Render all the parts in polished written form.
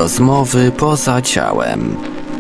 Rozmowy poza ciałem.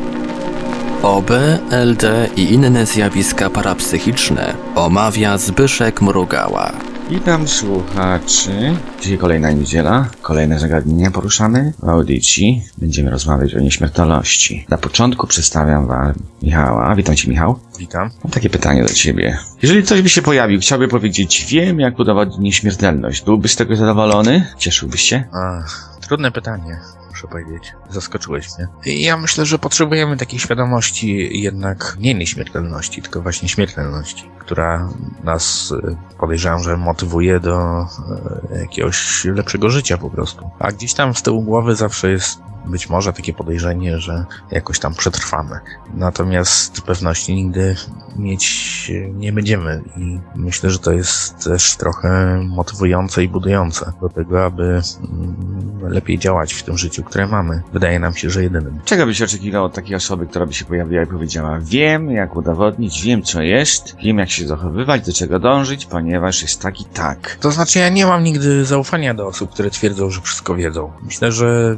OB, LD i inne zjawiska parapsychiczne omawia Zbyszek Mrugała. Witam słuchaczy. Dzisiaj kolejna niedziela, kolejne zagadnienia poruszamy. W audycji będziemy rozmawiać o nieśmiertelności. Na początku przedstawiam wam Michała. Witam cię, Michał. Witam. Mam takie pytanie do ciebie. Jeżeli coś by się pojawił, chciałby powiedzieć, wiem jak udowodnić nieśmiertelność. Byłbyś z tego zadowolony? Cieszyłbyś się? Trudne pytanie, muszę powiedzieć. Zaskoczyłeś mnie. Ja myślę, że potrzebujemy takiej świadomości jednak nie nieśmiertelności, tylko właśnie śmiertelności, która nas, podejrzewam, że motywuje do jakiegoś lepszego życia po prostu. A gdzieś tam z tyłu głowy zawsze jest być może takie podejrzenie, że jakoś tam przetrwamy. Natomiast pewności nigdy mieć nie będziemy i myślę, że to jest też trochę motywujące i budujące do tego, aby lepiej działać w tym życiu, które mamy. Wydaje nam się, że jedynym. Czego byś oczekiwał od takiej osoby, która by się pojawiła i powiedziała, wiem jak udowodnić, wiem co jest, wiem jak się zachowywać, do czego dążyć, ponieważ jest tak i tak. To znaczy ja nie mam nigdy zaufania do osób, które twierdzą, że wszystko wiedzą. Myślę, że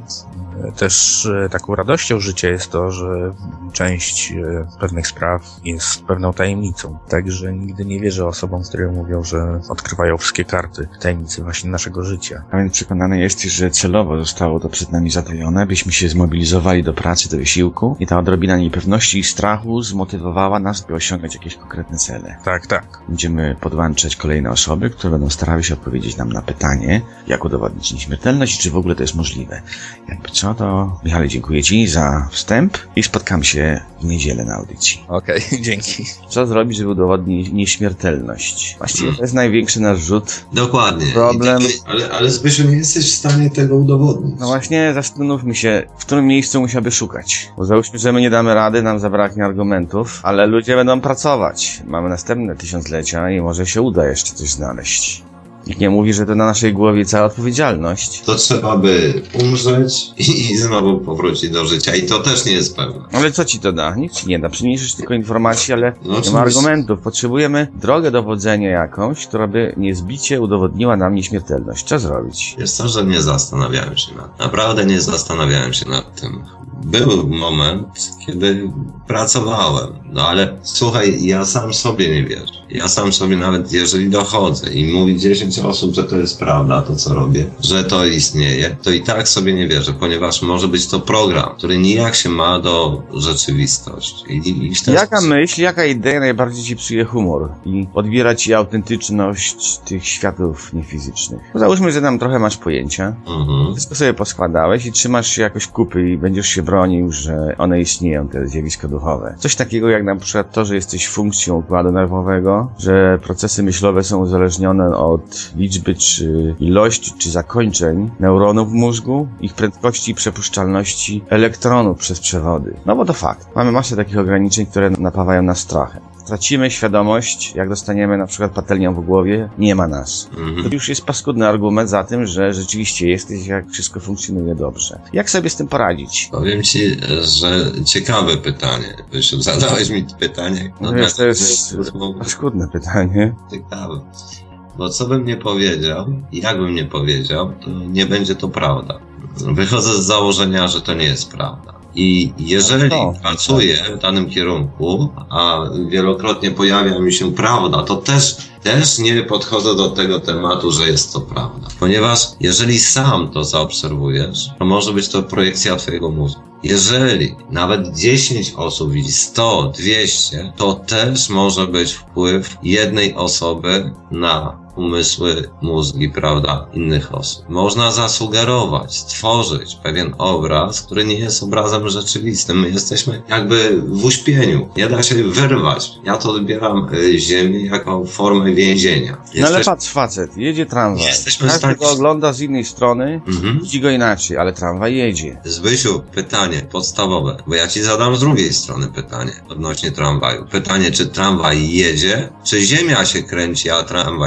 też taką radością życia jest to, że część pewnych spraw jest pewną tajemnicą. Także nigdy nie wierzę osobom, które mówią, że odkrywają wszystkie karty tajemnicy właśnie naszego życia. A więc przekonany jesteś, że celowo zostało to przed nami zatajone, byśmy się zmobilizowali do pracy, do wysiłku i ta odrobina niepewności i strachu zmotywowała nas, by osiągać jakieś konkretne cele. Tak. Będziemy podłączać kolejne osoby, które będą starały się odpowiedzieć nam na pytanie, jak udowodnić nieśmiertelność i czy w ogóle to jest możliwe. Jakby co, to Michale, dziękuję ci za wstęp i spotkamy się w niedzielę na audycji. Okej, dzięki. Co zrobić, żeby udowodnić nieśmiertelność? Właściwie to jest największy nasz rzut. Dokładnie. Problem. Ale Zbyszek, nie jesteś w stanie tego udowodnić. No właśnie, zastanówmy się, w którym miejscu musiałby szukać. Bo załóżmy, że my nie damy rady, nam zabraknie argumentów, ale ludzie będą pracować. Mamy następne tysiąclecia i może się uda jeszcze coś znaleźć. Nikt nie mówi, że to na naszej głowie cała odpowiedzialność. To trzeba by umrzeć i znowu powrócić do życia. I to też nie jest pewne. Ale co ci to da? Nic ci nie da. Przyniesiesz tylko informacji, ale No, nie ma argumentów. Potrzebujemy drogę dowodzenia jakąś, która by niezbicie udowodniła nam nieśmiertelność. Co zrobić? Jest to, że nie zastanawiałem się nad tym. Naprawdę nie zastanawiałem się nad tym. Był moment, kiedy pracowałem. No ale słuchaj, ja sam sobie nie wierzę. Ja sam sobie nawet, jeżeli dochodzę i mówi 10 osób, że to jest prawda, to co robię, że to istnieje, to i tak sobie nie wierzę, ponieważ może być to program, który nijak się ma do rzeczywistości. Jaka myśl, jaka idea najbardziej ci psuje humor i odbiera ci autentyczność tych światów niefizycznych? Załóżmy, że tam trochę masz pojęcia, wszystko sobie poskładałeś i trzymasz się jakoś kupy i będziesz się bronił, że one istnieją, te zjawiska duchowe. Coś takiego jak na przykład to, że jesteś funkcją układu nerwowego, że procesy myślowe są uzależnione od liczby, czy ilości, czy zakończeń neuronów w mózgu, ich prędkości i przepuszczalności elektronów przez przewody. No bo to fakt. Mamy masę takich ograniczeń, które napawają nas strachem. Tracimy świadomość, jak dostaniemy na przykład patelnią w głowie, nie ma nas. To już jest paskudny argument za tym, że rzeczywiście jesteś, jak wszystko funkcjonuje dobrze. Jak sobie z tym poradzić? Powiem ci, że ciekawe pytanie. Zadałeś mi pytanie. No wiesz, to jest paskudne pytanie. Ciekawe. Bo co bym nie powiedział, jakbym nie powiedział, to nie będzie to prawda. Wychodzę z założenia, że to nie jest prawda. I jeżeli pracuję w danym kierunku, a wielokrotnie pojawia mi się prawda, to też nie podchodzę do tego tematu, że jest to prawda. Ponieważ jeżeli sam to zaobserwujesz, to może być to projekcja twojego mózgu. Jeżeli nawet 10 osób widzi 100, 200, to też może być wpływ jednej osoby na umysły, mózgi, prawda, innych osób. Można zasugerować, stworzyć pewien obraz, który nie jest obrazem rzeczywistym. My jesteśmy jakby w uśpieniu. Nie da się wyrwać. Ja to odbieram Ziemię jako formę więzienia. No ale patrz, facet, jedzie tramwaj. Każdy go ogląda z innej strony, widzi go inaczej, ale tramwaj jedzie. Zbysiu, pytanie podstawowe, bo ja ci zadam z drugiej strony pytanie odnośnie tramwaju. Pytanie, czy tramwaj jedzie, czy Ziemia się kręci, a tramwaj stoi?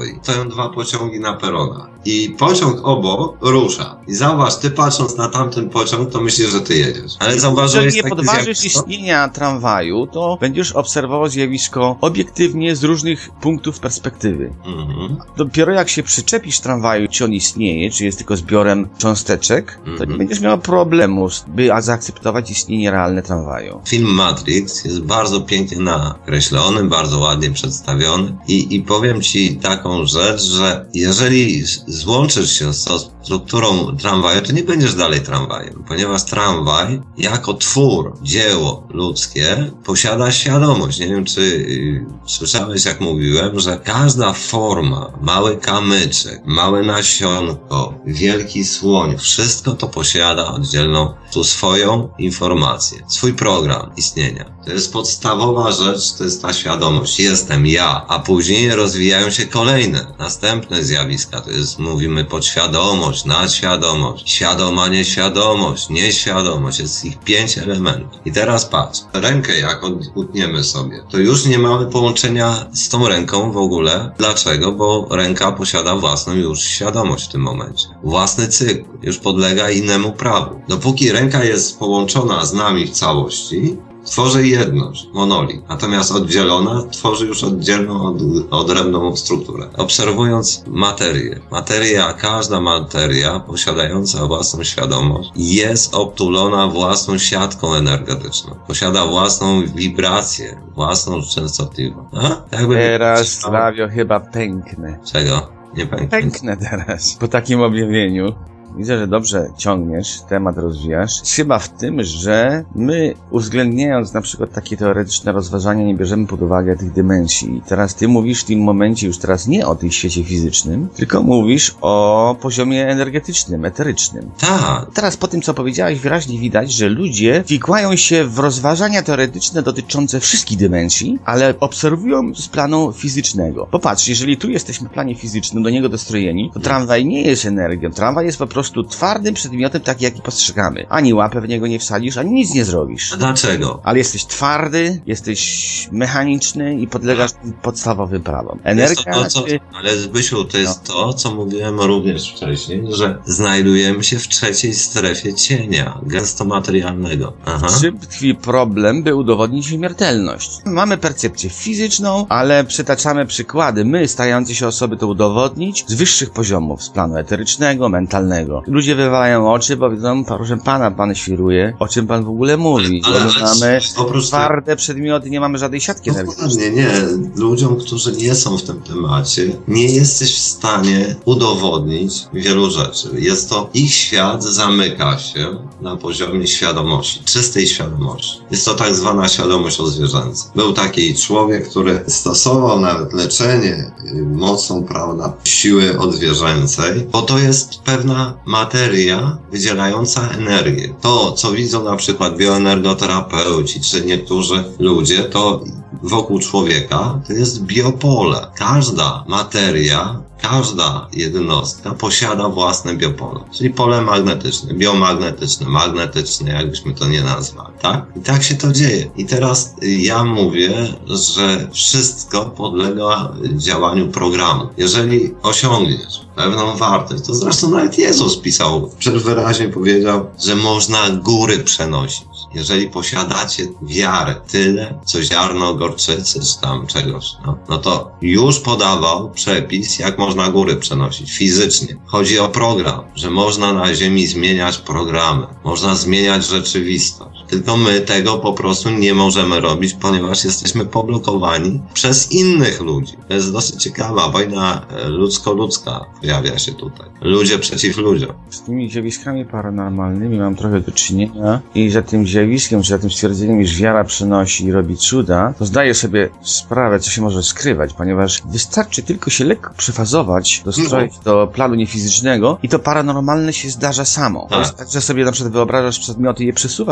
kolei. Stoją 2 pociągi na peronach. I pociąg obok rusza. I zauważ, ty patrząc na tamten pociąg, to myślisz, że ty jedziesz. Ale zauważyłeś, jeżeli nie podważysz istnienia tramwaju, to będziesz obserwował zjawisko obiektywnie z różnych punktów perspektywy. Dopiero jak się przyczepisz tramwaju, czy on istnieje, czy jest tylko zbiorem cząsteczek, to nie będziesz miał problemu, by zaakceptować istnienie realne tramwaju. Film Matrix jest bardzo pięknie nakreślony, bardzo ładnie przedstawiony i powiem ci taką rzecz, że jeżeli złączysz się z tą strukturą tramwaju, to nie będziesz dalej tramwajem, ponieważ tramwaj jako twór, dzieło ludzkie posiada świadomość. Nie wiem, czy słyszałeś, jak mówiłem, że każda forma, mały kamyczek, małe nasionko, wielki słoń, wszystko to posiada oddzielną tu swoją informację, swój program istnienia. To jest podstawowa rzecz, to jest ta świadomość. Jestem ja, a później rozwijają się kolejne, następne zjawiska. To jest, mówimy, podświadomość, nadświadomość, świadoma nieświadomość. Jest ich 5 elementów. I teraz patrz, rękę jak utniemy sobie, to już nie mamy połączenia z tą ręką w ogóle. Dlaczego? Bo ręka posiada własną już świadomość w tym momencie. Własny cykl, już podlega innemu prawu. Dopóki ręka jest połączona z nami w całości, tworzy jedność, monolit. Natomiast oddzielona tworzy już oddzielną, odrębną strukturę. Obserwując materię. Każda materia posiadająca własną świadomość jest obtulona własną siatką energetyczną. Posiada własną wibrację, własną częstotliwość. Teraz, Sławio, chyba pęknę. Czego? Nie pęknę. Pęknę teraz. Po takim objawieniu. Widzę, że dobrze ciągniesz, temat rozwijasz. Chyba w tym, że my, uwzględniając na przykład takie teoretyczne rozważania, nie bierzemy pod uwagę tych dymensji. I teraz ty mówisz w tym momencie już teraz nie o tym świecie fizycznym, tylko mówisz o poziomie energetycznym, eterycznym. Tak. Teraz po tym, co powiedziałeś, wyraźnie widać, że ludzie wikłają się w rozważania teoretyczne dotyczące wszystkich dymensji, ale obserwują z planu fizycznego. Popatrz, jeżeli tu jesteśmy w planie fizycznym, do niego dostrojeni, to tramwaj nie jest energią. Tramwaj jest po prostu twardym przedmiotem, taki jaki postrzegamy. Ani łapę w niego nie wsadzisz, ani nic nie zrobisz. A dlaczego? Ale jesteś twardy, jesteś mechaniczny i podlegasz podstawowym prawom. Energia... Ale Zbysiu, to jest to, co mówiłem również wcześniej, że znajdujemy się w trzeciej strefie cienia, gęstomaterialnego. Czym tkwi problem, by udowodnić śmiertelność? Mamy percepcję fizyczną, ale przytaczamy przykłady. My, starające się osoby to udowodnić z wyższych poziomów, z planu eterycznego, mentalnego. Ludzie wywałają oczy, bo wiedzą, proszę pana, pan świruje, o czym pan w ogóle mówi. Mamy twarde przedmioty, nie mamy żadnej siatki energetycznej. Nie. Ludziom, którzy nie są w tym temacie, nie jesteś w stanie udowodnić wielu rzeczy. Jest to, ich świat zamyka się na poziomie świadomości, czystej świadomości. Jest to tak zwana świadomość odzwierzęca. Był taki człowiek, który stosował nawet leczenie mocą, prawda, siły odzwierzęcej, bo to jest pewna materia wydzielająca energię. To, co widzą na przykład bioenergoterapeuci, czy niektórzy ludzie, to wokół człowieka to jest biopole. Każda materia, każda jednostka posiada własne biopole, czyli pole magnetyczne, biomagnetyczne, magnetyczne, jakbyśmy to nie nazwali, tak? I tak się to dzieje. I teraz ja mówię, że wszystko podlega działaniu programu. Jeżeli osiągniesz pewną wartość, to zresztą nawet Jezus pisał, wyraźnie powiedział, że można góry przenosić. Jeżeli posiadacie wiarę, tyle, co ziarno gorczycy, czy tam czegoś, no to już podawał przepis, jak można góry przenosić fizycznie. Chodzi o program, że można na Ziemi zmieniać programy, można zmieniać rzeczywistość. Tylko my tego po prostu nie możemy robić, ponieważ jesteśmy poblokowani przez innych ludzi. To jest dosyć ciekawa wojna ludzko-ludzka pojawia się tutaj. Ludzie przeciw ludziom. Z tymi zjawiskami paranormalnymi mam trochę do czynienia i za tym zjawiskiem, czy za tym stwierdzeniem, iż wiara przynosi i robi cuda, to zdaję sobie sprawę, co się może skrywać, ponieważ wystarczy tylko się lekko przefazować, dostroić do planu niefizycznego i to paranormalne się zdarza samo. To jest tak, że sobie na przykład wyobrażasz przedmioty i je przesuwasz tylko w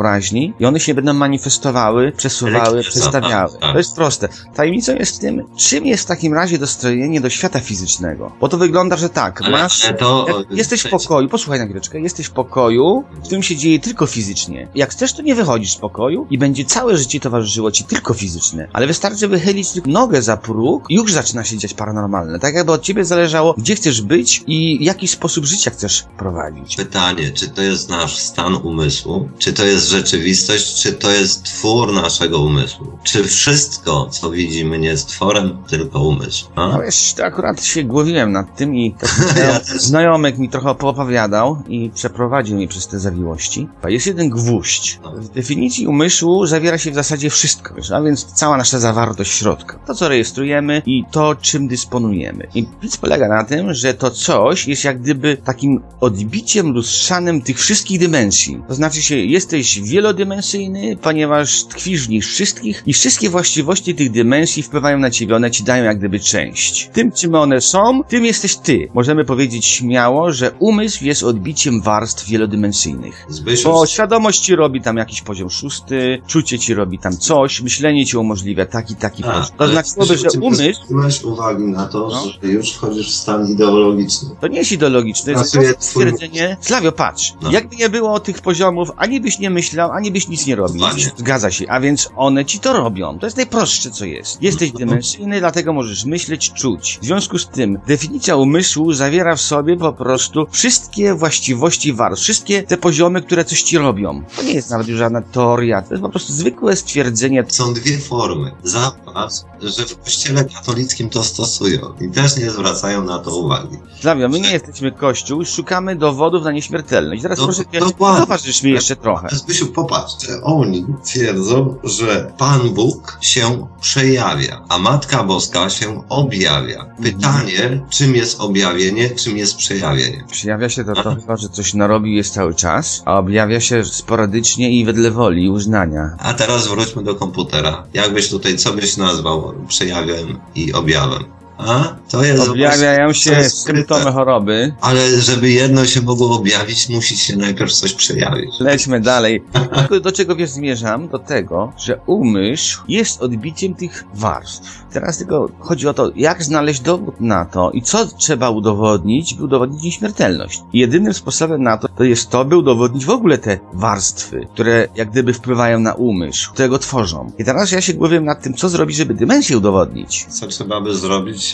wyobraźni i one się będą manifestowały, przesuwały, przestawiały. To jest proste. Tajemnicą jest w tym, czym jest w takim razie dostrojenie do świata fizycznego. Bo to wygląda, że tak, jesteś w pokoju, posłuchaj na chwileczkę, jesteś w pokoju, w którym się dzieje tylko fizycznie. Jak chcesz, to nie wychodzisz z pokoju i będzie całe życie towarzyszyło ci tylko fizyczne. Ale wystarczy wychylić tylko nogę za próg i już zaczyna się dziać paranormalne. Tak jakby od ciebie zależało, gdzie chcesz być i jaki sposób życia chcesz prowadzić. Pytanie, czy to jest nasz stan umysłu, czy to jest rzeczywistość, czy to jest twór naszego umysłu? Czy wszystko, co widzimy, nie jest tworem, tylko umysłu? No wiesz, to akurat się głowiłem nad tym i znajomek mi trochę poopowiadał i przeprowadził mnie przez te zawiłości. Jest jeden gwóźdź. W definicji umysłu zawiera się w zasadzie wszystko, wiesz, a więc cała nasza zawartość środka. To, co rejestrujemy i to, czym dysponujemy. I nic polega na tym, że to coś jest jak gdyby takim odbiciem lustrzanym tych wszystkich dymensji. To znaczy się, jesteś wielodymensyjny, ponieważ tkwisz w nich wszystkich i wszystkie właściwości tych dymensji wpływają na ciebie, one ci dają jak gdyby część. Tym, czym one są, tym jesteś ty. Możemy powiedzieć śmiało, że umysł jest odbiciem warstw wielodymensyjnych. Bo świadomość ci robi tam jakiś poziom 6, czucie ci robi tam coś, myślenie ci umożliwia taki poziom. To znaczy, że umysł... Zwróciłeś uwagi na to, że już wchodzisz w stan ideologiczny. To nie jest ideologiczne, to jest stwierdzenie... Sławio, patrz, jakby nie było tych poziomów, ani byś nie myślał, ani byś nic nie robił. Zgadza się, a więc one ci to robią. To jest najprostsze, co jest. Jesteś dymensyjny, dlatego możesz myśleć, czuć. W związku z tym definicja umysłu zawiera w sobie po prostu wszystkie właściwości warstw, wszystkie te poziomy, które coś ci robią. To nie jest nawet już żadna teoria, to jest po prostu zwykłe stwierdzenie. Są dwie formy. Zobacz, że w kościele katolickim to stosują i też nie zwracają na to uwagi. Sławio, my nie jesteśmy kościół i szukamy dowodów na nieśmiertelność. Teraz proszę cię, towarzysz mi jeszcze trochę. Zbysiu, popatrz, oni twierdzą, że Pan Bóg się przejawia, a Matka Boska się objawia. Pytanie, czym jest objawienie, czym jest przejawienie? Przejawia się to chyba, że coś narobił jest cały czas, a objawia się sporadycznie i wedle woli i uznania. A teraz wróćmy do komputera. Jakbyś tutaj, co byś nazwał przejawem i objawem? A? To jest objawiają się symptomy choroby. Ale żeby jedno się mogło objawić, musi się najpierw coś przejawić. Lećmy dalej. Do czego wiesz, zmierzam? Do tego, że umysł jest odbiciem tych warstw. Teraz tylko chodzi o to, jak znaleźć dowód na to i co trzeba udowodnić, by udowodnić nieśmiertelność. I jedynym sposobem na to jest to, by udowodnić w ogóle te warstwy, które jak gdyby wpływają na umysł, które go tworzą. I teraz ja się głowię nad tym, co zrobić, żeby dymensję udowodnić. Co trzeba by zrobić?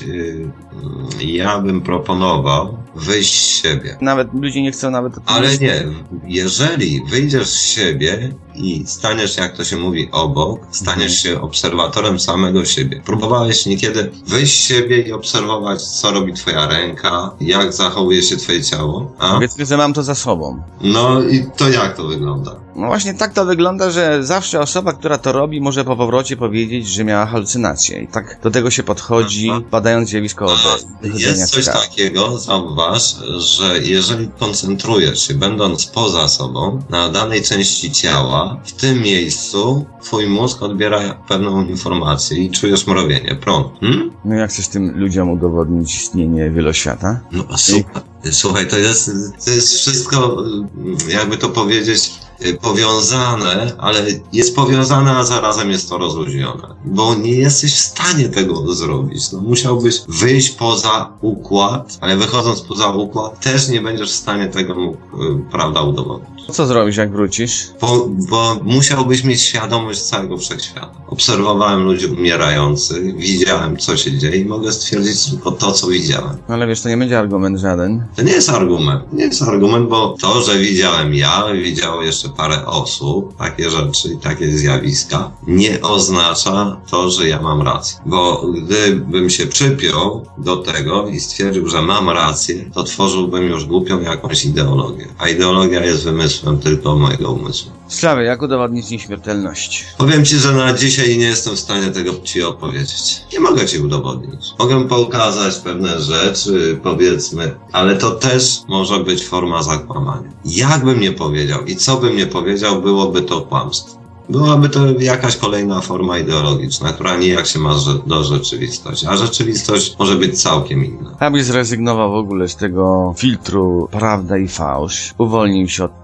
Ja bym proponował wyjść z siebie. Nawet ludzie nie chcą nawet... Ale nie, jeżeli wyjdziesz z siebie i staniesz, jak to się mówi, obok, staniesz się obserwatorem samego siebie. Próbowałeś niekiedy wyjść z siebie i obserwować, co robi twoja ręka, jak zachowuje się twoje ciało? Powiedzmy, że mam to za sobą. No i to jak to wygląda? No właśnie tak to wygląda, że zawsze osoba, która to robi, może po powrocie powiedzieć, że miała halucynację. I tak do tego się podchodzi, badając zjawisko jest coś takiego, zauważ, że jeżeli koncentrujesz się, będąc poza sobą, na danej części ciała, w tym miejscu twój mózg odbiera pewną informację i czujesz mrowienie, prąd. No jak chcesz tym ludziom udowodnić istnienie wieloświata? No słuchaj, to jest wszystko, jakby to powiedzieć, powiązane, ale jest powiązane, a zarazem jest to rozluźnione. Bo nie jesteś w stanie tego zrobić. No, musiałbyś wyjść poza układ, ale wychodząc poza układ też nie będziesz w stanie tego, prawda, udowodnić. Co zrobisz, jak wrócisz? Bo musiałbyś mieć świadomość całego wszechświata. Obserwowałem ludzi umierających, widziałem, co się dzieje i mogę stwierdzić tylko to, co widziałem. No ale wiesz, to nie będzie argument żaden. To nie jest argument. Nie jest argument, bo to, że widziałem ja, widziało jeszcze parę osób, takie rzeczy i takie zjawiska, nie oznacza to, że ja mam rację. Bo gdybym się przypiął do tego i stwierdził, że mam rację, to tworzyłbym już głupią jakąś ideologię. A ideologia jest wymysłem tylko mojego umysłu. Sławy, jak udowodnić nieśmiertelność? Powiem ci, że na dzisiaj nie jestem w stanie tego ci opowiedzieć. Nie mogę ci udowodnić. Mogę pokazać pewne rzeczy, powiedzmy, ale to też może być forma zakłamania. Jakbym nie powiedział i co bym nie powiedział, byłoby to kłamstwo. Byłaby to jakaś kolejna forma ideologiczna, która nijak się ma do rzeczywistości, a rzeczywistość może być całkiem inna. Ja byś zrezygnował w ogóle z tego filtru prawda i fałsz, uwolnił się od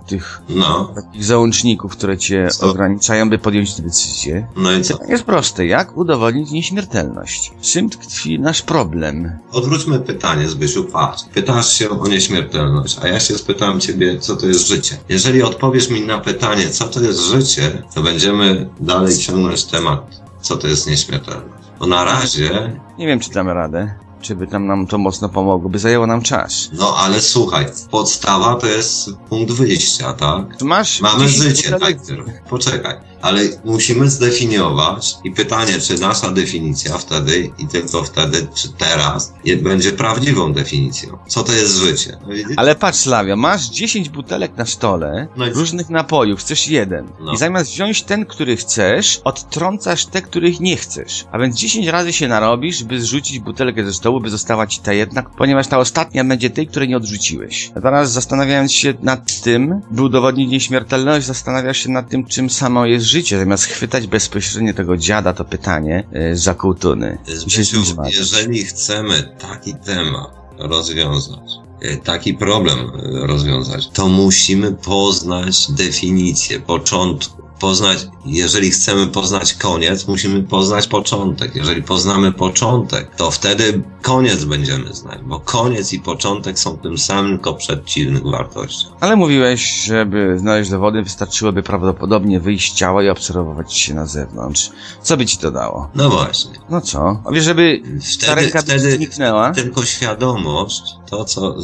tych No. takich załączników, które cię ograniczają, by podjąć decyzję. No i co? To jest proste. Jak udowodnić nieśmiertelność? Czym tkwi nasz problem? Odwróćmy pytanie, Zbysiu, patrz. Pytasz się o nieśmiertelność, a ja się spytam ciebie, co to jest życie. Jeżeli odpowiesz mi na pytanie, co to jest życie, to będziemy dalej ciągnąć temat, co to jest nieśmiertelność. Bo na razie... Nie wiem, czy damy radę. Czy by tam nam to mocno pomogło, by zajęło nam czas. No ale słuchaj, podstawa to jest punkt wyjścia, tak? Mamy życie, tak? Poczekaj, ale musimy zdefiniować i pytanie, czy nasza definicja wtedy i tylko wtedy, czy teraz będzie prawdziwą definicją. Co to jest życie? No, ale patrz, Slavio, masz 10 butelek na stole, no różnych napojów, chcesz jeden. No. I zamiast wziąć ten, który chcesz, odtrącasz te, których nie chcesz. A więc 10 razy się narobisz, by zrzucić butelkę ze stołu, by została ci ta jedna, ponieważ ta ostatnia będzie tej, której nie odrzuciłeś. A teraz zastanawiając się nad tym, by udowodnić nieśmiertelność, zastanawiasz się nad tym, czym samo jest życie, zamiast chwytać bezpośrednio tego dziada, to pytanie za kołtuny. Zbysiu, jeżeli chcemy taki temat rozwiązać, taki problem rozwiązać, to musimy poznać definicję, początku. Jeżeli chcemy poznać koniec, musimy poznać początek. Jeżeli poznamy początek, to wtedy koniec będziemy znać, bo koniec i początek są tym samym, tylko przeciwnych wartościach. Ale mówiłeś, żeby znaleźć dowody, wystarczyłoby prawdopodobnie wyjść z ciała i obserwować się na zewnątrz. Co by ci to dało? No właśnie. No co? A wiesz, żeby ta ręka zniknęła? Tylko świadomość, to co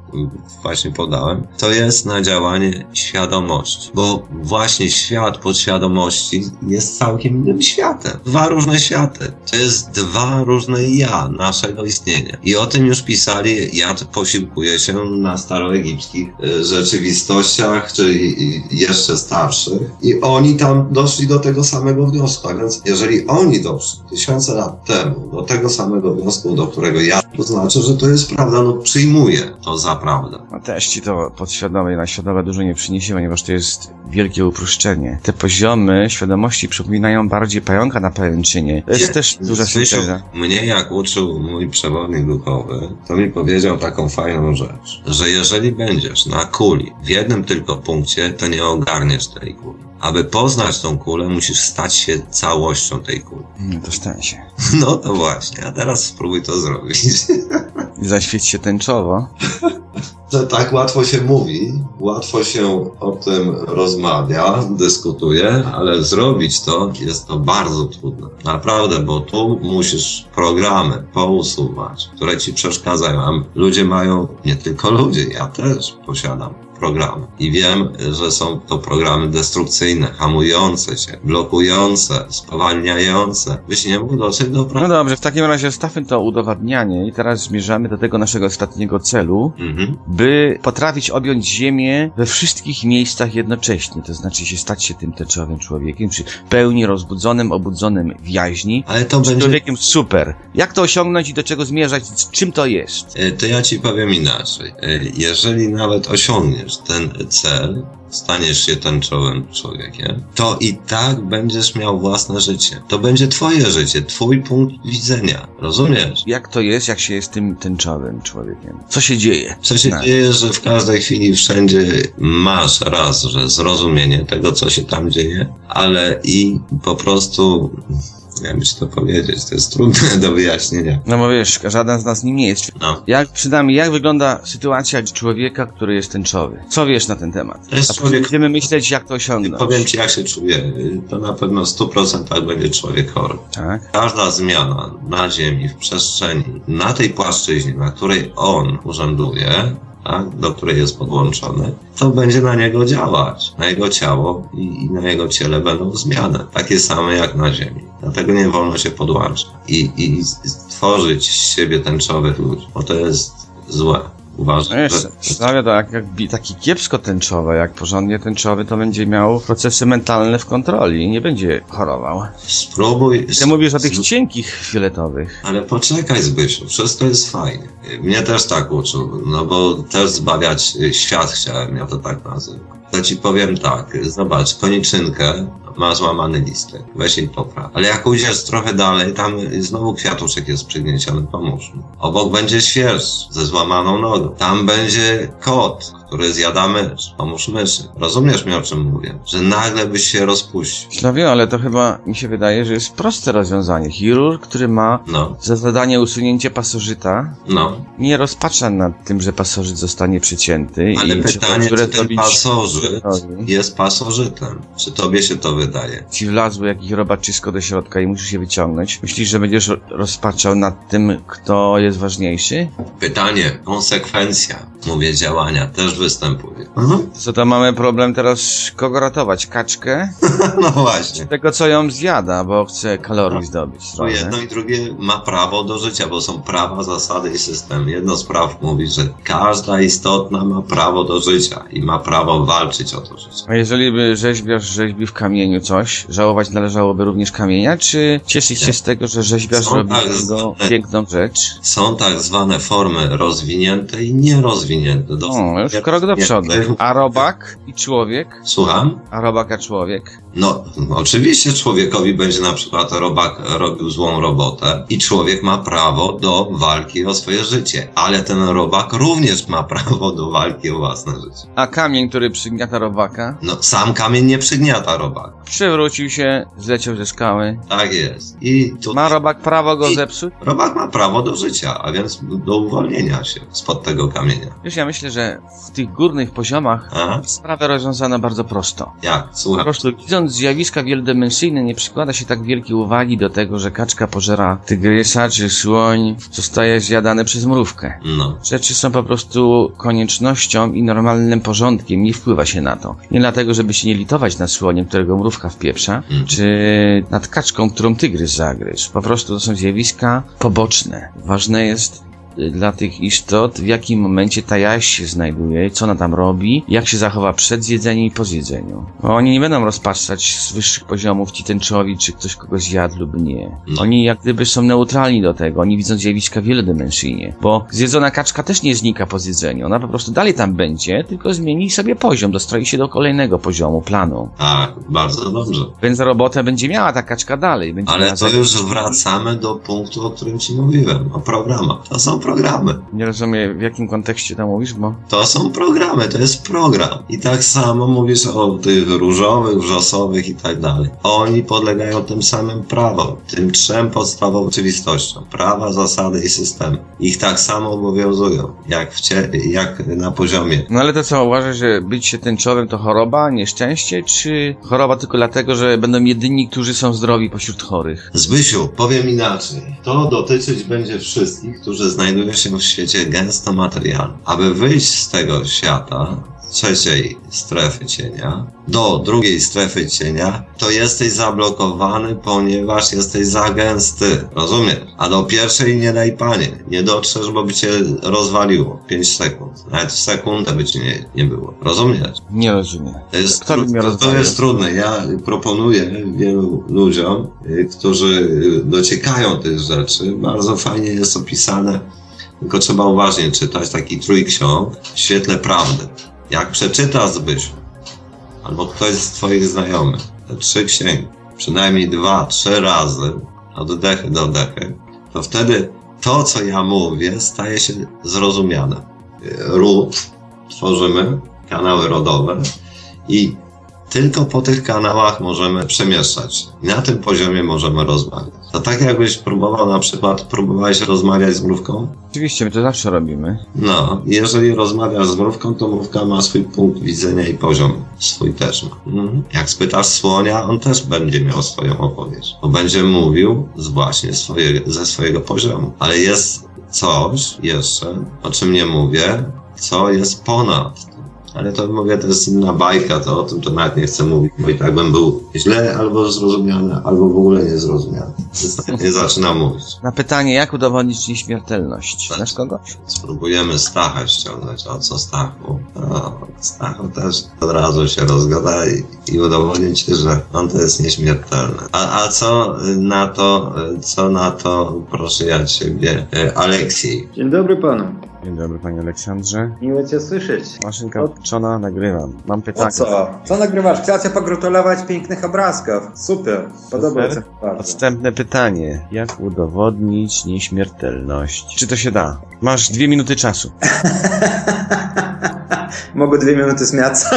właśnie podałem, to jest na działanie świadomości, bo właśnie świat podświadomości jest całkiem innym światem. Dwa różne światy. To jest dwa różne ja naszego istnienia. I o tym już pisali, ja posiłkuję się na staroegipskich rzeczywistościach, czyli jeszcze starszych. I oni tam doszli do tego samego wniosku. A więc jeżeli oni doszli tysiące lat temu do tego samego wniosku, do którego ja, to znaczy, że to jest prawda, no przyjmuję to za prawdę. No też ci to podświadome i na świadome dużo nie przyniesie, ponieważ to jest wielkie uproszczenie. Te poziomy świadomości przypominają bardziej pająka na pajęczynie. To jest też duża synteza. Mnie jak uczył mój przewodnik duchowy, to mi powiedział taką fajną rzecz, że jeżeli będziesz na kuli w jednym tylko punkcie, to nie ogarniesz tej kuli. Aby poznać tą kulę, musisz stać się całością tej kuli. No to stań się. No to właśnie, a teraz spróbuj to zrobić. Zaświeć się tęczowo. Że tak łatwo się mówi, łatwo się o tym rozmawia, dyskutuje, ale zrobić to jest to bardzo trudne. Naprawdę, bo tu musisz programy pousuwać, które ci przeszkadzają. A ludzie mają, nie tylko ludzie, ja też posiadam programy. I wiem, że są to programy destrukcyjne, hamujące się, blokujące, spowalniające. Byś nie mógł dotrzeć do No dobrze, w takim razie zostawmy to udowadnianie i teraz zmierzamy do tego naszego ostatniego celu, by potrafić objąć Ziemię we wszystkich miejscach jednocześnie, to znaczy się stać się tym tęczowym człowiekiem, czy pełni rozbudzonym, obudzonym w jaźni, ale to będzie człowiekiem super. Jak to osiągnąć i do czego zmierzać? Czym to jest? To ja ci powiem inaczej. Jeżeli nawet osiągniesz ten cel, staniesz się tęczowym człowiekiem, to i tak będziesz miał własne życie. To będzie twoje życie, twój punkt widzenia. Rozumiesz? Jak to jest, jak się jest tym tęczowym człowiekiem? Co się dzieje? Co się dzieje, że w każdej chwili wszędzie masz raz, że zrozumienie tego, co się tam dzieje, ale i po prostu... Jak ci to powiedzieć, to jest trudne do wyjaśnienia. No bo wiesz, żaden z nas nim nie jest. No. Jak wygląda sytuacja człowieka, który jest tęczowy? Co wiesz na ten temat? To jest człowiek... Będziemy myśleć, jak to osiągnąć. Powiem ci, jak się czuję. To na pewno w 100% będzie człowiek chory. Tak? Każda zmiana na Ziemi, w przestrzeni, na tej płaszczyźnie, na której on urzęduje, tak, do której jest podłączony, to będzie na niego działać, na jego ciało i na jego ciele będą zmiany, takie same jak na Ziemi. Dlatego nie wolno się podłączyć i stworzyć z siebie tęczowych ludzi, bo to jest złe. Uważam, Sprawia to jak taki kiepsko tęczowy, jak porządnie tęczowy, to będzie miał procesy mentalne w kontroli i nie będzie chorował. Spróbuj... Ty mówisz o tych cienkich fioletowych. Ale poczekaj, Zbysiu, wszystko jest fajnie. Mnie też tak uczył, no bo też zbawiać świat chciałem, ja to tak nazywam. To ci powiem tak, zobacz, koniczynkę ma złamany listek, weź jej popraw. Ale jak ujdziesz trochę dalej, tam znowu kwiatuszek jest przygnieciony, pomóż mu. Obok będzie świerszcz ze złamaną nogą. Tam będzie kot, który zjada mysz, pomóż myszy. Rozumiesz mnie, o czym mówię? Że nagle byś się rozpuścił. Ślawie, ale to chyba mi się wydaje, że jest proste rozwiązanie. Chirurg, który ma za zadanie usunięcie pasożyta, nie rozpacza nad tym, że pasożyt zostanie przecięty. Ale i pytanie, czy ten pasożyt jest pasożytem? Czy tobie się to wydaje? Ci wlazło jakieś robaczysko do środka i musisz je wyciągnąć. Myślisz, że będziesz rozpaczał nad tym, kto jest ważniejszy? Pytanie, konsekwencja, mówię, działania też występuje. Co to mamy problem teraz, kogo ratować? Kaczkę? No właśnie. Tego, co ją zjada, bo chce kalorii zdobyć. To jedno i drugie ma prawo do życia, bo są prawa, zasady i system. Jedno z praw mówi, że każda istotna ma prawo do życia i ma prawo walczyć o to życie. A jeżeli by rzeźbiarz rzeźbił w kamieniu coś, żałować należałoby również kamienia, czy cieszyć się z tego, że rzeźbiarz robi tego piękną rzecz? Są tak zwane formy rozwinięte i nierozwinięte. Już krok do przodu. A robak i człowiek? Słucham? A robak a człowiek? No, oczywiście człowiekowi będzie na przykład robak robił złą robotę i człowiek ma prawo do walki o swoje życie, ale ten robak również ma prawo do walki o własne życie. A kamień, który przygniata robaka? No, sam kamień nie przygniata robaka. Przewrócił się, zleciał ze skały. Tak jest. I ma robak prawo go zepsuć? Robak ma prawo do życia, a więc do uwolnienia się spod tego kamienia. Wiesz, ja myślę, że w tych górnych poziomach sprawę rozwiązano bardzo prosto. Jak? Słucham. Po prostu widząc zjawiska wielodymensyjne, nie przykłada się tak wielkiej uwagi do tego, że kaczka pożera tygrysa, czy słoń zostaje zjadany przez mrówkę. Rzeczy są po prostu koniecznością i normalnym porządkiem, nie wpływa się na to. Nie dlatego, żeby się nie litować nad słoniem, którego mrówka wpieprza, czy nad kaczką, którą tygrys zagryzł. Po prostu to są zjawiska poboczne. Ważne jest dla tych istot, w jakim momencie ta jaźń się znajduje, co ona tam robi, jak się zachowa przed zjedzeniem i po zjedzeniu. Oni nie będą rozpatrzać z wyższych poziomów ci tęczowi, czy ktoś kogoś zjadł lub nie. Oni jak gdyby są neutralni do tego, oni widzą zjawiska wielodymensyjnie, bo zjedzona kaczka też nie znika po zjedzeniu, ona po prostu dalej tam będzie, tylko zmieni sobie poziom, dostroi się do kolejnego poziomu, planu. Tak, bardzo dobrze. Więc robotę będzie miała ta kaczka dalej. Ale to już wracamy do punktu, o którym ci mówiłem, o programach. To są programy. Nie rozumiem, w jakim kontekście to mówisz, bo... To są programy, to jest program. I tak samo mówisz o tych różowych, wrzosowych i tak dalej. Oni podlegają tym samym prawom, tym 3 podstawowym oczywistościom. Prawa, zasady i systemy. Ich tak samo obowiązują, jak na poziomie. No ale to co, uważasz, że być się tęczowym to choroba, nieszczęście, czy choroba tylko dlatego, że będą jedyni, którzy są zdrowi pośród chorych? Zbysiu, powiem inaczej. To dotyczyć będzie wszystkich, którzy znajdują się w świecie gęsto materialnym. Aby wyjść z tego świata, trzeciej strefy cienia, do drugiej strefy cienia, to jesteś zablokowany, ponieważ jesteś za gęsty. Rozumiesz? A do pierwszej nie daj panie. Nie dotrzesz, bo by cię rozwaliło. 5 sekund. Nawet sekundę by ci nie było. Rozumiesz? Nie rozumiem. To jest trudne. Ja proponuję wielu ludziom, którzy dociekają tych rzeczy. Bardzo fajnie jest opisane. Tylko trzeba uważnie czytać taki trójksiąg w świetle prawdy. Jak przeczytasz, Zbysiu, albo ktoś z twoich znajomych, te 3 księgi, przynajmniej 2-3 razy, od dechy do dechy, to wtedy to, co ja mówię, staje się zrozumiane. Ród tworzymy, kanały rodowe i tylko po tych kanałach możemy przemieszczać. I na tym poziomie możemy rozmawiać. To tak jakbyś próbowałeś rozmawiać z mrówką? Oczywiście, my to zawsze robimy. No, jeżeli rozmawiasz z mrówką, to mrówka ma swój punkt widzenia i poziom swój też ma. Jak spytasz słonia, on też będzie miał swoją opowieść. Bo będzie mówił ze swojego poziomu. Ale jest coś jeszcze, o czym nie mówię, co jest ponad. Ale to mówię, to jest inna bajka, to o tym to nawet nie chcę mówić, bo i tak bym był źle albo zrozumiany, albo w ogóle niezrozumiany. Więc nie zaczynam mówić. Na pytanie, jak udowodnić nieśmiertelność? Znasz kogoś? Spróbujemy Stacha ściągnąć. O co Stachu? Stachu też od razu się rozgada i udowodnić, że on to jest nieśmiertelny. A co na to, proszę ja ciebie, Aleksiej? Dzień dobry panu. Dzień dobry, panie Aleksandrze. Miło cię słyszeć. Maszynka włączona, nagrywam. Mam pytanie. Co nagrywasz? Chciałem cię pogratulować pięknych obrazków. Super. Podoba mi się bardzo. Odstępne pytanie. Jak udowodnić nieśmiertelność? Czy to się da? Masz 2 minuty czasu. Mogę 2 minuty śmiać?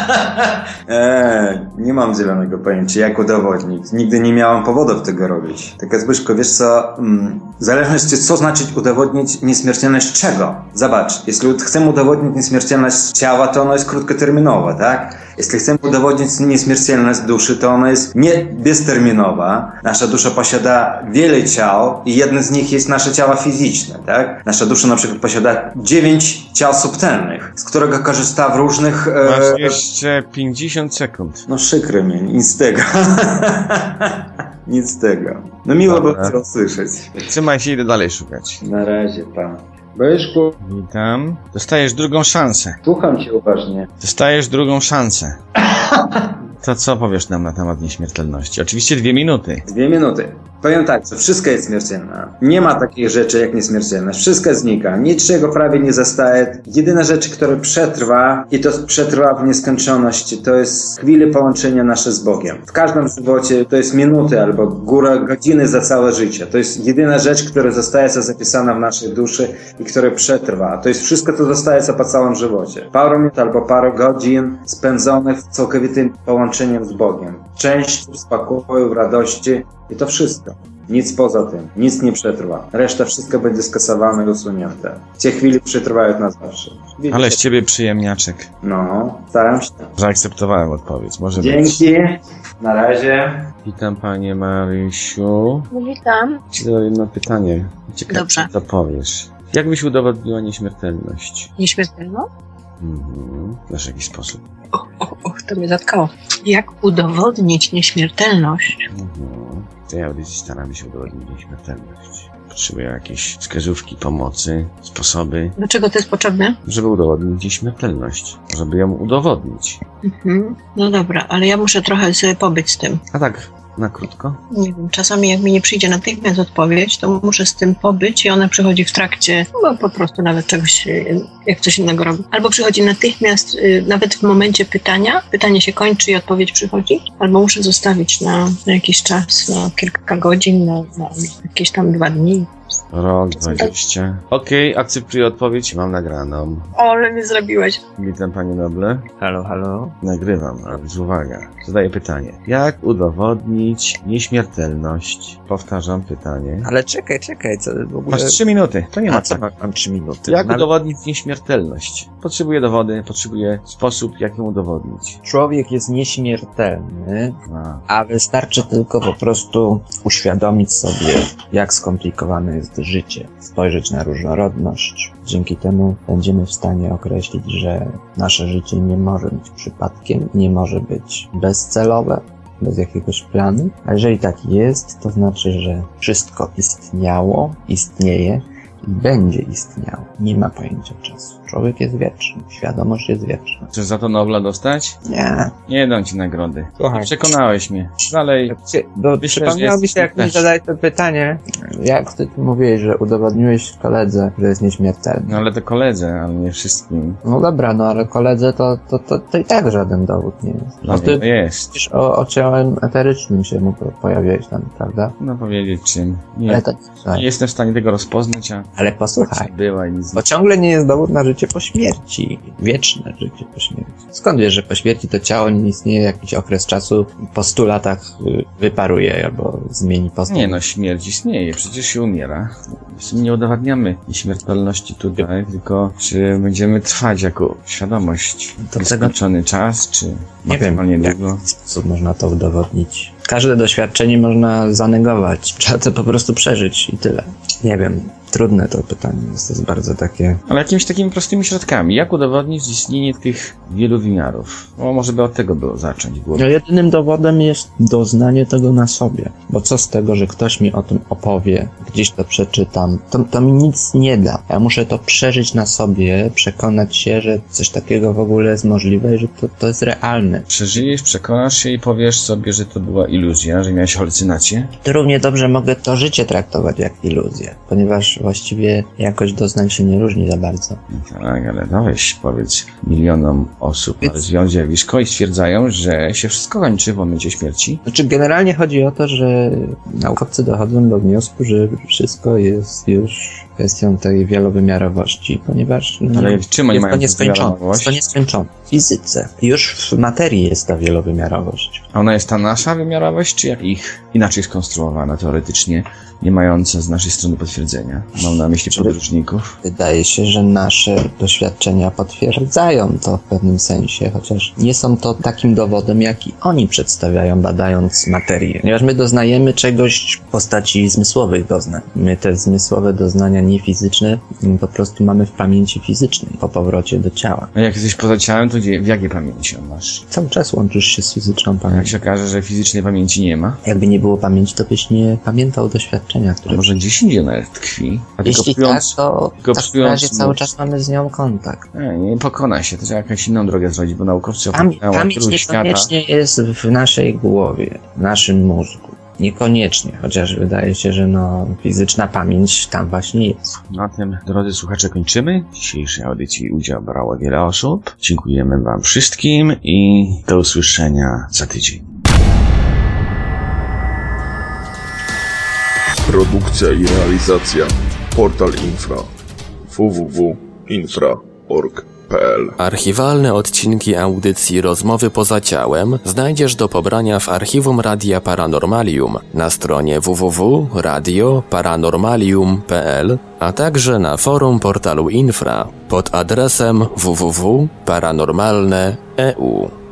Nie mam zielonego pojęcia, jak udowodnić. Nigdy nie miałem powodów tego robić. Tak, Zbyszko, wiesz co? W zależności co znaczy udowodnić nieśmiertelność czego? Zobacz, jeśli chcemy udowodnić nieśmiertelność ciała, to ono jest krótkoterminowe, tak? Jeśli chcemy udowodnić nieśmiertelność duszy, to ona jest nie bezterminowa. Nasza dusza posiada wiele ciał i jedno z nich jest nasze ciało fizyczne, tak? Nasza dusza na przykład posiada 9 ciał subtelnych, z którego korzysta w różnych... Masz jeszcze 50 sekund. No przykro mi, nic z tego. Nic z tego. No miło było to usłyszeć. Trzymaj się, idę dalej szukać. Na razie, pan. Byszku, Witam. Dostajesz drugą szansę. słucham cię uważnie. Dostajesz drugą szansę. To co powiesz nam na temat nieśmiertelności? Oczywiście 2 minuty. 2 minuty. Powiem tak, że wszystko jest śmiertelne. Nie ma takich rzeczy jak nieśmiertelność. Wszystko znika. Niczego prawie nie zostaje. Jedyna rzecz, która przetrwa i to przetrwa w nieskończoności, to jest chwile połączenia nasze z Bogiem. W każdym żywocie to jest minuty albo góra godziny za całe życie. To jest jedyna rzecz, która zostaje zapisana w naszej duszy i która przetrwa. To jest wszystko, co zostaje po całym żywocie. Parę minut albo parę godzin spędzonych w całkowitym połączeniem z Bogiem. Część w spokoju, w radości i to wszystko. Nic poza tym. Nic nie przetrwa. Reszta wszystko będzie skasowane i usunięte. Te chwile przetrwają na zawsze. Widzicie? Ale z ciebie przyjemniaczek. No, staram się. Zaakceptowałem odpowiedź. Może być. Dzięki. Na razie. Witam panie Marysiu. Witam. Zadam jedno pytanie. Ciekawe, Dobrze. co powiesz. Jak byś udowodniła nieśmiertelność? Nieśmiertelną? W jakiś sposób. To mnie zatkało. Jak udowodnić nieśmiertelność? To ja staram się udowodnić nieśmiertelność. Potrzebuję jakieś wskazówki, pomocy, sposoby, Dlaczego to jest potrzebne? żeby udowodnić nieśmiertelność. Żeby ją udowodnić. No dobra, ale ja muszę trochę sobie pobyć z tym. A tak, na krótko. Nie wiem, czasami jak mi nie przyjdzie natychmiast odpowiedź, to muszę z tym pobyć i ona przychodzi w trakcie, no po prostu nawet czegoś, jak coś innego robię. Albo przychodzi natychmiast, nawet w momencie pytania, pytanie się kończy i odpowiedź przychodzi, albo muszę zostawić na jakiś czas, na kilka godzin, na jakieś tam 2 dni. Rok, 20. Okej, akceptuję odpowiedź, mam nagraną. O, ale mnie zrobiłeś. Witam panie Noble. Halo, halo. Nagrywam, a więc uwaga. Zadaję pytanie. Jak udowodnić nieśmiertelność? Powtarzam pytanie. Ale czekaj, co w ogóle... Masz 3 minuty, to nie ma co. Mam 3 minuty. Jak Ale udowodnić nieśmiertelność? Potrzebuję dowody, potrzebuję sposób, jak ją udowodnić. człowiek jest nieśmiertelny, A, a wystarczy tylko po prostu uświadomić sobie, jak skomplikowane jest życie. Spojrzeć na różnorodność. Dzięki temu będziemy w stanie określić, że nasze życie nie może być przypadkiem, nie może być bezcelowe, bez jakiegoś planu. A jeżeli tak jest, to znaczy, że wszystko istniało, istnieje i będzie istniało. Nie ma pojęcia czasu. Człowiek jest wieczny, świadomość jest wieczna. chcesz za to Nobla dostać? Nie. Nie dam ci nagrody. Słuchaj. Przekonałeś mnie. Dalej. Bo Myślę, przypomniało że mi się, jak mi też. zadałeś to pytanie, jak ty mówiłeś, że udowodniłeś koledze, że jest nieśmiertelny. No ale to koledze, ale nie wszystkim. No dobra, no ale koledze to i tak żaden dowód nie jest. No ty to jest. przecież o ciałem eterycznym się mu pojawiłeś tam, prawda? No powiedzieć czym. Ale Nie, to, słuchaj, nie jestem w stanie tego rozpoznać, a ale posłuchaj, była i nic. bo ciągle nie jest dowód na życie po śmierci. Wieczne życie po śmierci. Skąd wiesz, że po śmierci to ciało nie istnieje jakiś okres czasu, po 100 latach wyparuje albo zmieni postać? Nie no, śmierć istnieje, przecież się umiera. Nie udowadniamy nieśmiertelności tutaj, tylko czy będziemy trwać jako świadomość To nieskończony czas, czy Nie wiem, maksymalnie jak długo. sposób można to udowodnić. Każde doświadczenie można zanegować. Trzeba to po prostu przeżyć i tyle. Nie wiem, trudne to pytanie jest, to jest bardzo takie... Ale jakimiś takimi prostymi środkami. Jak udowodnić istnienie tych wielu wymiarów? O, może by od tego było zacząć. No jedynym dowodem jest doznanie tego na sobie. Bo co z tego, że ktoś mi o tym opowie, gdzieś to przeczytam, to mi nic nie da. Ja muszę to przeżyć na sobie, przekonać się, że coś takiego w ogóle jest możliwe i że to jest realne. Przeżyjesz, przekonasz się i powiesz sobie, że to była iluzja, że miałeś halucynację? To równie dobrze mogę to życie traktować jak iluzję, ponieważ właściwie jakość doznań się nie różni za bardzo. Tak, ale no weź, powiedz milionom osób na zjawisko i stwierdzają, że się wszystko kończy w momencie śmierci. Znaczy generalnie chodzi o to, że naukowcy dochodzą do wniosku, że wszystko jest już kwestią tej wielowymiarowości, ponieważ Ale czym oni mają jest to nieskończone. W fizyce. Już w materii jest ta wielowymiarowość. A ona jest ta nasza wymiarowość, czy jak ich inaczej skonstruowana teoretycznie, nie mająca z naszej strony potwierdzenia? Mam na myśli podróżników. Wydaje się, że nasze doświadczenia potwierdzają to w pewnym sensie, chociaż nie są to takim dowodem, jaki oni przedstawiają, badając materię. Ponieważ my doznajemy czegoś w postaci zmysłowych doznań. My te zmysłowe doznania niefizyczne po prostu mamy w pamięci fizycznej, po powrocie do ciała. A jak jesteś poza ciałem, to w jakiej pamięci on masz? Cały czas łączysz się z fizyczną A jak pamięcią. się okaże, że fizycznej pamięci nie ma? Jakby nie było pamięci, to byś nie pamiętał doświadczenia, A które... może gdzieś indziej ona tkwi? A Jeśli tak, to w takim razie mózg. cały czas mamy z nią kontakt. Nie pokona się, to trzeba jakąś inną drogę zrobić, bo naukowcy Pamięć niekoniecznie jest w naszej głowie, w naszym mózgu. Niekoniecznie, chociaż wydaje się, że fizyczna pamięć tam właśnie jest. Na tym, drodzy słuchacze, kończymy. W dzisiejszej audycji udział brało wiele osób. Dziękujemy wam wszystkim i do usłyszenia za tydzień. Produkcja i realizacja Portal Infra www.infra.org.pl. Archiwalne odcinki audycji Rozmowy poza ciałem znajdziesz do pobrania w archiwum Radia Paranormalium na stronie www.radioparanormalium.pl, a także na forum portalu Infra pod adresem www.paranormalne.eu.